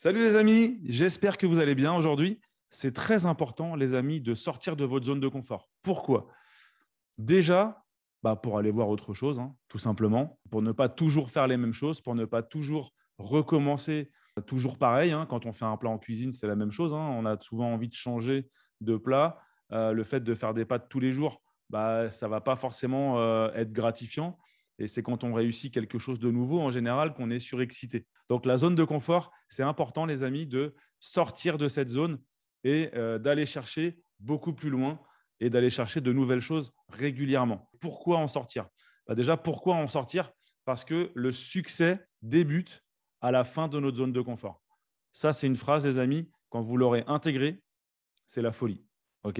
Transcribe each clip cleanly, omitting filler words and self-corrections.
Salut les amis, j'espère que vous allez bien aujourd'hui. C'est très important, les amis, de sortir de votre zone de confort. Pourquoi? Déjà, pour aller voir autre chose, hein, tout simplement, pour ne pas toujours faire les mêmes choses, pour ne pas toujours recommencer toujours pareil, hein. Quand on fait un plat en cuisine, c'est la même chose, hein. On a souvent envie de changer de plat. Le fait de faire des pâtes tous les jours, ça ne va pas forcément être gratifiant. Et c'est quand on réussit quelque chose de nouveau, en général, qu'on est surexcité. Donc, la zone de confort, c'est important, les amis, de sortir de cette zone et d'aller chercher beaucoup plus loin et d'aller chercher de nouvelles choses régulièrement. Pourquoi en sortir? Déjà, pourquoi en sortir? Parce que le succès débute à la fin de notre zone de confort. Ça, c'est une phrase, les amis, quand vous l'aurez intégrée, c'est la folie. OK.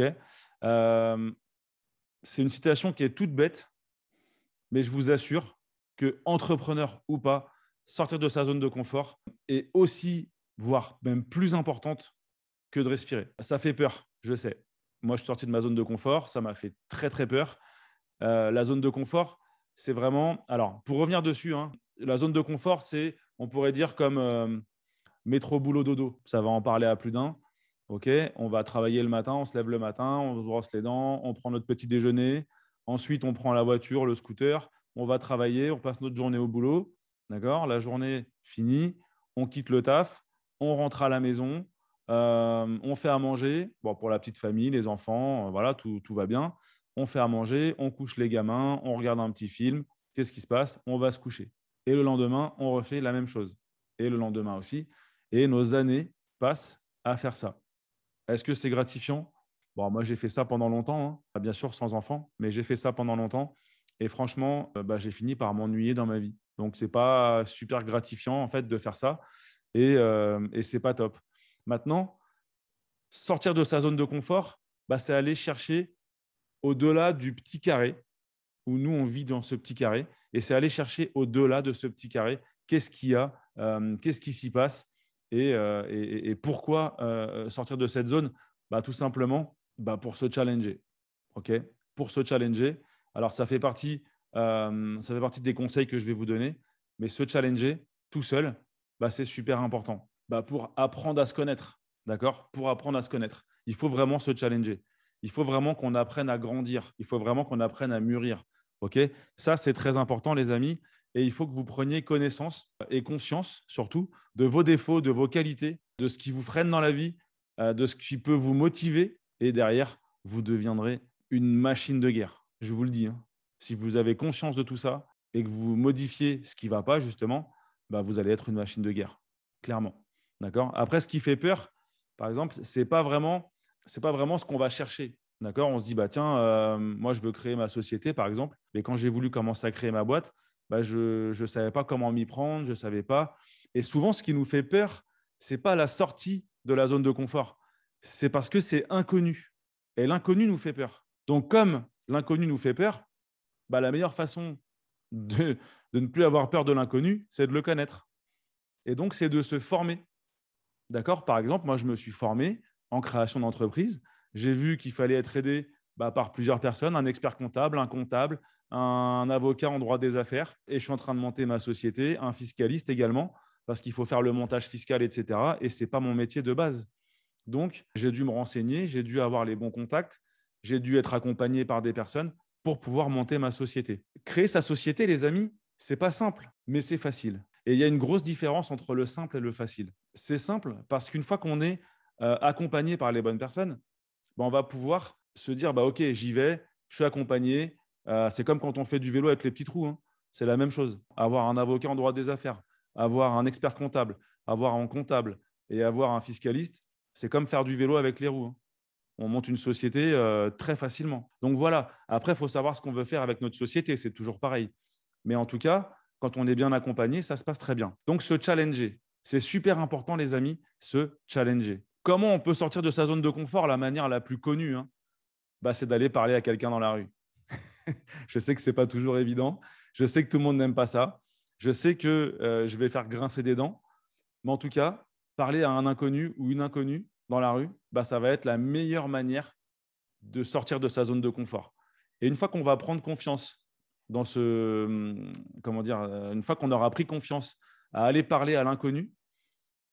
C'est une citation qui est toute bête, mais je vous assure que, entrepreneur ou pas, sortir de sa zone de confort est aussi, voire même plus importante que de respirer. Ça fait peur, je sais. Moi, je suis sorti de ma zone de confort, ça m'a fait très, très peur. La zone de confort, c'est vraiment… Alors, pour revenir dessus, hein, la zone de confort, c'est, on pourrait dire, comme métro, boulot, dodo. Ça va en parler à plus d'un. OK, on va travailler le matin, on se lève le matin, on se brosse les dents, on prend notre petit déjeuner. Ensuite, on prend la voiture, le scooter, on va travailler, on passe notre journée au boulot. D'accord? La journée finie, on quitte le taf, on rentre à la maison, on fait à manger. Bon, pour la petite famille, les enfants, voilà, tout va bien. On fait à manger, on couche les gamins, on regarde un petit film. Qu'est-ce qui se passe? On va se coucher. Et le lendemain, on refait la même chose. Et le lendemain aussi. Et nos années passent à faire ça. Est-ce que c'est gratifiant? Bon, moi, j'ai fait ça pendant longtemps, hein. Bien sûr, sans enfant, mais j'ai fait ça pendant longtemps. Et franchement, j'ai fini par m'ennuyer dans ma vie. Donc, ce n'est pas super gratifiant, en fait, de faire ça. Et ce n'est pas top. Maintenant, sortir de sa zone de confort, c'est aller chercher au-delà du petit carré, où nous, on vit dans ce petit carré. Et c'est aller chercher au-delà de ce petit carré, qu'est-ce qu'il y a, qu'est-ce qui s'y passe et pourquoi sortir de cette zone? Tout simplement pour se challenger. OK? Pour se challenger. Alors, ça fait partie des conseils que je vais vous donner, mais se challenger tout seul, c'est super important. Pour apprendre à se connaître, d'accord? Pour apprendre à se connaître, il faut vraiment se challenger. Il faut vraiment qu'on apprenne à grandir. Il faut vraiment qu'on apprenne à mûrir. OK? Ça, c'est très important, les amis. Et il faut que vous preniez connaissance et conscience, surtout, de vos défauts, de vos qualités, de ce qui vous freine dans la vie, de ce qui peut vous motiver. Et derrière, vous deviendrez une machine de guerre. Je vous le dis, hein. Si vous avez conscience de tout ça et que vous modifiez ce qui ne va pas, justement, vous allez être une machine de guerre, clairement. D'accord? Après, ce qui fait peur, par exemple, c'est pas vraiment ce qu'on va chercher. D'accord? On se dit, tiens, moi, je veux créer ma société, par exemple. Mais quand j'ai voulu commencer à créer ma boîte, je ne savais pas comment m'y prendre, je ne savais pas. Et souvent, ce qui nous fait peur, ce n'est pas la sortie de la zone de confort. C'est parce que c'est inconnu. Et l'inconnu nous fait peur. Donc, comme l'inconnu nous fait peur, la meilleure façon de ne plus avoir peur de l'inconnu, c'est de le connaître. Et donc, c'est de se former. D'accord? Par exemple, moi, je me suis formé en création d'entreprise. J'ai vu qu'il fallait être aidé par plusieurs personnes, un expert comptable, un comptable, un avocat en droit des affaires. Et je suis en train de monter ma société, un fiscaliste également, parce qu'il faut faire le montage fiscal, etc. Et ce n'est pas mon métier de base. Donc, j'ai dû me renseigner, j'ai dû avoir les bons contacts, j'ai dû être accompagné par des personnes pour pouvoir monter ma société. Créer sa société, les amis, c'est pas simple, mais c'est facile. Et il y a une grosse différence entre le simple et le facile. C'est simple parce qu'une fois qu'on est accompagné par les bonnes personnes, on va pouvoir se dire, OK, j'y vais, je suis accompagné. C'est comme quand on fait du vélo avec les petits trous, hein. C'est la même chose. Avoir un avocat en droit des affaires, avoir un expert comptable, avoir un comptable et avoir un fiscaliste, c'est comme faire du vélo avec les roues, hein. On monte une société très facilement. Donc voilà, après, il faut savoir ce qu'on veut faire avec notre société, c'est toujours pareil. Mais en tout cas, quand on est bien accompagné, ça se passe très bien. Donc se challenger, c'est super important, les amis, se challenger. Comment on peut sortir de sa zone de confort? La manière la plus connue, hein, c'est d'aller parler à quelqu'un dans la rue. Je sais que ce n'est pas toujours évident. Je sais que tout le monde n'aime pas ça. Je sais que je vais faire grincer des dents. Mais en tout cas, parler à un inconnu ou une inconnue dans la rue, ça va être la meilleure manière de sortir de sa zone de confort. Et une fois qu'on va prendre confiance dans comment dire, une fois qu'on aura pris confiance à aller parler à l'inconnu,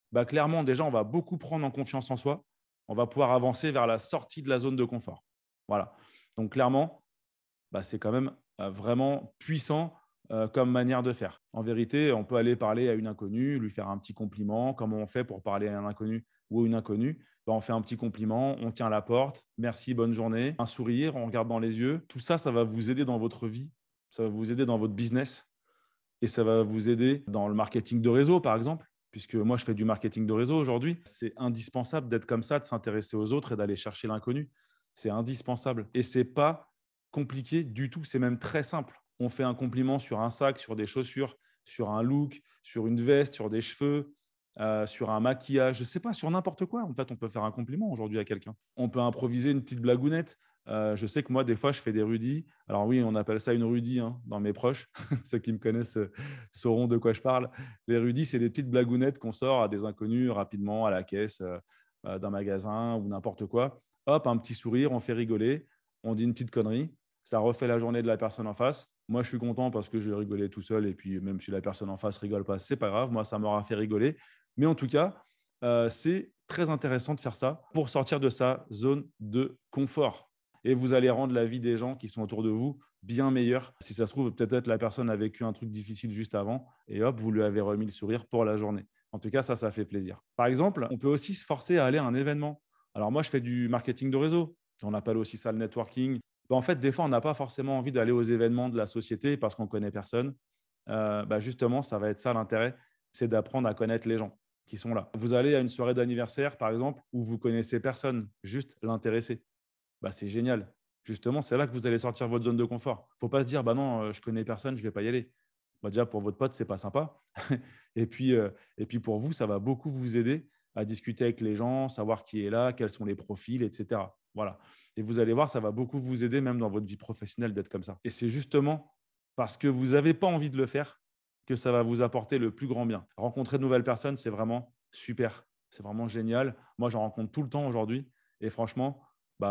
bah, clairement, déjà, on va beaucoup prendre en confiance en soi. On va pouvoir avancer vers la sortie de la zone de confort. Voilà. Donc, clairement, bah, c'est quand même vraiment puissant comme manière de faire. En vérité, on peut aller parler à une inconnue, lui faire un petit compliment. Comment on fait pour parler à un inconnu ou à une inconnue? Bah, on fait un petit compliment, on tient la porte. Merci, bonne journée. Un sourire, on regarde dans les yeux. Tout ça, ça va vous aider dans votre vie. Ça va vous aider dans votre business. Et ça va vous aider dans le marketing de réseau, par exemple, puisque moi, je fais du marketing de réseau aujourd'hui. C'est indispensable d'être comme ça, de s'intéresser aux autres et d'aller chercher l'inconnu. C'est indispensable. Et ce n'est pas compliqué du tout. C'est même très simple. On fait un compliment sur un sac, sur des chaussures, sur un look, sur une veste, sur des cheveux, sur un maquillage, je ne sais pas, sur n'importe quoi. En fait, on peut faire un compliment aujourd'hui à quelqu'un. On peut improviser une petite blagounette. Je sais que moi, des fois, je fais des rudis. Alors oui, on appelle ça une rudie hein, dans mes proches. Ceux qui me connaissent sauront de quoi je parle. Les rudis, c'est des petites blagounettes qu'on sort à des inconnus rapidement à la caisse d'un magasin ou n'importe quoi. Hop, un petit sourire, on fait rigoler, on dit une petite connerie. Ça refait la journée de la personne en face. Moi, je suis content parce que je rigolais tout seul. Et puis, même si la personne en face rigole pas, c'est pas grave. Moi, ça m'aura fait rigoler. Mais en tout cas, c'est très intéressant de faire ça pour sortir de sa zone de confort. Et vous allez rendre la vie des gens qui sont autour de vous bien meilleure. Si ça se trouve, peut-être la personne a vécu un truc difficile juste avant et hop, vous lui avez remis le sourire pour la journée. En tout cas, ça fait plaisir. Par exemple, on peut aussi se forcer à aller à un événement. Alors moi, je fais du marketing de réseau. On appelle aussi ça le networking. En fait, des fois, on n'a pas forcément envie d'aller aux événements de la société parce qu'on ne connaît personne. Justement, ça va être ça l'intérêt, c'est d'apprendre à connaître les gens qui sont là. Vous allez à une soirée d'anniversaire, par exemple, où vous connaissez personne, juste l'intéressé. C'est génial. Justement, c'est là que vous allez sortir votre zone de confort. Il ne faut pas se dire, bah non, je connais personne, je ne vais pas y aller. Déjà, pour votre pote, ce n'est pas sympa. et puis pour vous, ça va beaucoup vous aider à discuter avec les gens, savoir qui est là, quels sont les profils, etc. Voilà. Et vous allez voir, ça va beaucoup vous aider même dans votre vie professionnelle d'être comme ça. Et c'est justement parce que vous n'avez pas envie de le faire que ça va vous apporter le plus grand bien. Rencontrer de nouvelles personnes, c'est vraiment super. C'est vraiment génial. Moi, j'en rencontre tout le temps aujourd'hui. Et franchement,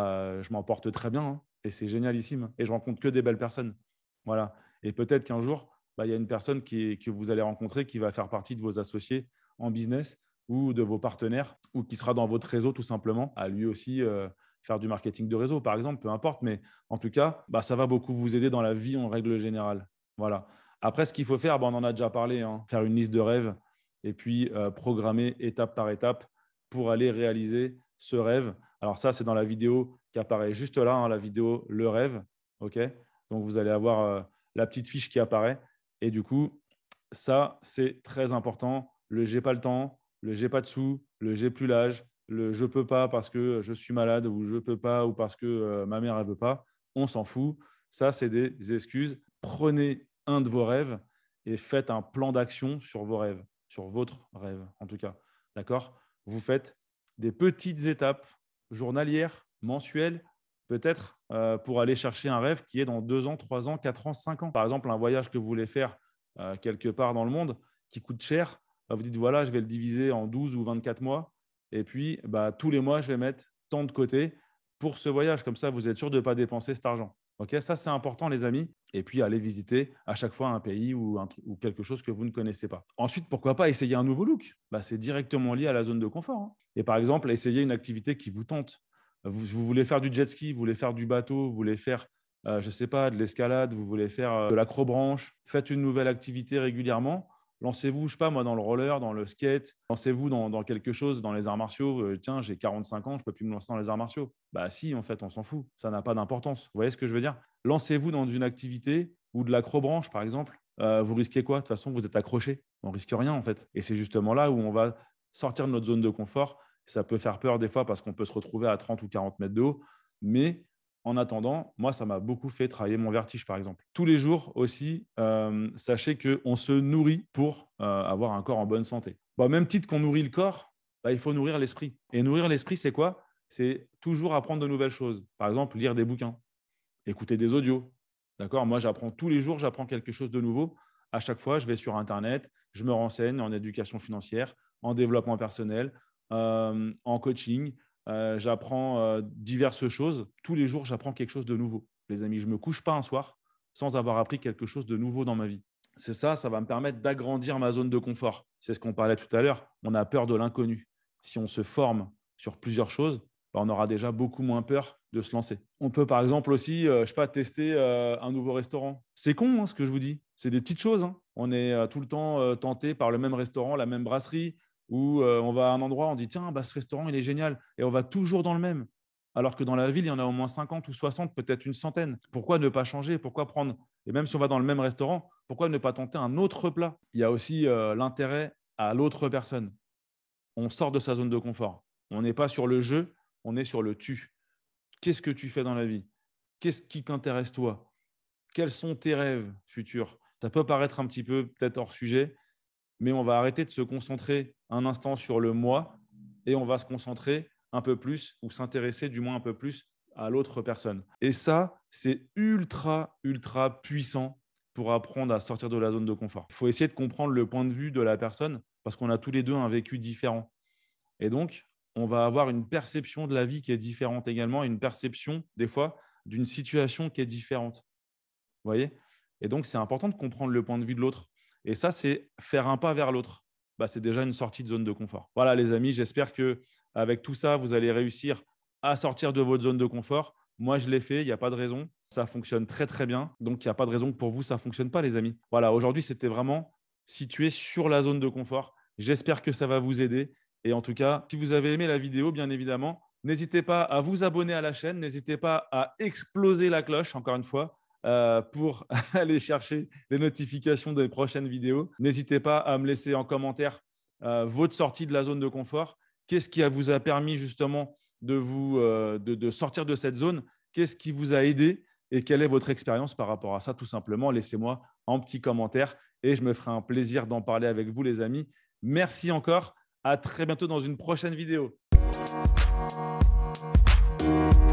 je m'en porte très bien hein, et c'est génialissime. Et je rencontre que des belles personnes. Voilà. Et peut-être qu'un jour, il y a une personne que vous allez rencontrer qui va faire partie de vos associés en business ou de vos partenaires ou qui sera dans votre réseau tout simplement, à lui aussi faire du marketing de réseau, par exemple, peu importe. Mais en tout cas, ça va beaucoup vous aider dans la vie en règle générale. Voilà. Après, ce qu'il faut faire, on en a déjà parlé, hein, faire une liste de rêves et puis programmer étape par étape pour aller réaliser ce rêve. Alors ça, c'est dans la vidéo qui apparaît juste là, hein, la vidéo Le Rêve. OK. Donc, vous allez avoir la petite fiche qui apparaît. Et du coup, ça, c'est très important. Le j'ai pas le temps, le j'ai pas de sous, le j'ai plus l'âge, le je peux pas parce que je suis malade ou je peux pas ou parce que ma mère elle veut pas. On s'en fout. Ça, c'est des excuses. Prenez un de vos rêves et faites un plan d'action sur vos rêves, sur votre rêve en tout cas. D'accord? Vous faites des petites étapes journalières, mensuelles, peut-être pour aller chercher un rêve qui est dans 2 ans, 3 ans, 4 ans, 5 ans. Par exemple, un voyage que vous voulez faire quelque part dans le monde qui coûte cher, vous dites voilà, je vais le diviser en 12 ou 24 mois et puis tous les mois, je vais mettre tant de côté pour ce voyage. Comme ça, vous êtes sûr de ne pas dépenser cet argent. Okay, ça, c'est important, les amis. Et puis, aller visiter à chaque fois un pays ou quelque chose que vous ne connaissez pas. Ensuite, pourquoi pas essayer un nouveau look? C'est directement lié à la zone de confort. Hein. Et par exemple, essayer une activité qui vous tente. Vous voulez faire du jet ski, vous voulez faire du bateau, vous voulez faire, je ne sais pas, de l'escalade, vous voulez faire de l'acrobranche. Faites une nouvelle activité régulièrement. Lancez-vous, je ne sais pas moi, dans le roller, dans le skate. Lancez-vous dans quelque chose, dans les arts martiaux. Tiens, j'ai 45 ans, je ne peux plus me lancer dans les arts martiaux. Si, en fait, on s'en fout. Ça n'a pas d'importance. Vous voyez ce que je veux dire? Lancez-vous dans une activité ou de l'acrobranche, par exemple. Vous risquez quoi? De toute façon, vous êtes accroché. On risque rien, en fait. Et c'est justement là où on va sortir de notre zone de confort. Ça peut faire peur des fois parce qu'on peut se retrouver à 30 ou 40 mètres de haut. Mais en attendant, moi, ça m'a beaucoup fait travailler mon vertige, par exemple. Tous les jours aussi, sachez qu'on se nourrit pour avoir un corps en bonne santé. Même titre qu'on nourrit le corps, il faut nourrir l'esprit. Et nourrir l'esprit, c'est quoi? C'est toujours apprendre de nouvelles choses. Par exemple, lire des bouquins, écouter des audios. D'accord? Moi, j'apprends tous les jours, j'apprends quelque chose de nouveau. À chaque fois, je vais sur Internet, je me renseigne en éducation financière, en développement personnel, en coaching. J'apprends diverses choses. Tous les jours, j'apprends quelque chose de nouveau. Les amis, je ne me couche pas un soir sans avoir appris quelque chose de nouveau dans ma vie. c'est ça, ça va me permettre d'agrandir ma zone de confort. C'est ce qu'on parlait tout à l'heure. On a peur de l'inconnu. Si on se forme sur plusieurs choses, on aura déjà beaucoup moins peur de se lancer. On peut par exemple aussi, je sais pas, tester un nouveau restaurant. C'est con, hein, ce que je vous dis. C'est des petites choses, hein. On est tout le temps tenté par le même restaurant, la même brasserie, où on va à un endroit, on dit tiens, bah, ce restaurant, il est génial. Et on va toujours dans le même. Alors que dans la ville, il y en a au moins 50 ou 60, peut-être une centaine. Pourquoi ne pas changer? Pourquoi prendre, et même si on va dans le même restaurant, pourquoi ne pas tenter un autre plat? Il y a aussi l'intérêt à l'autre personne. On sort de sa zone de confort. On n'est pas sur le jeu, on est sur le tu. Qu'est-ce que tu fais dans la vie? Qu'est-ce qui t'intéresse toi? Quels sont tes rêves futurs? Ça peut paraître un petit peu peut-être hors sujet, mais on va arrêter de se concentrer un instant sur le moi et on va se concentrer un peu plus ou s'intéresser du moins un peu plus à l'autre personne. Et ça, c'est ultra, ultra puissant pour apprendre à sortir de la zone de confort. Il faut essayer de comprendre le point de vue de la personne parce qu'on a tous les deux un vécu différent. Et donc, on va avoir une perception de la vie qui est différente également, une perception, des fois, d'une situation qui est différente. Vous voyez? Et donc, c'est important de comprendre le point de vue de l'autre. Et ça, c'est faire un pas vers l'autre. Bah, c'est déjà une sortie de zone de confort. Voilà, les amis, j'espère qu'avec tout ça, vous allez réussir à sortir de votre zone de confort. Moi, je l'ai fait, il n'y a pas de raison. Ça fonctionne très, très bien. Donc, il n'y a pas de raison que pour vous, ça ne fonctionne pas, les amis. Voilà, aujourd'hui, c'était vraiment situé sur la zone de confort. J'espère que ça va vous aider. Et en tout cas, si vous avez aimé la vidéo, bien évidemment, n'hésitez pas à vous abonner à la chaîne. N'hésitez pas à exploser la cloche, encore une fois, pour aller chercher les notifications des prochaines vidéos. N'hésitez pas à me laisser en commentaire votre sortie de la zone de confort. Qu'est-ce qui vous a permis justement de sortir de cette zone? Qu'est-ce qui vous a aidé? Et quelle est votre expérience par rapport à ça? Tout simplement, laissez-moi un petit commentaire et je me ferai un plaisir d'en parler avec vous, les amis. Merci encore. À très bientôt dans une prochaine vidéo.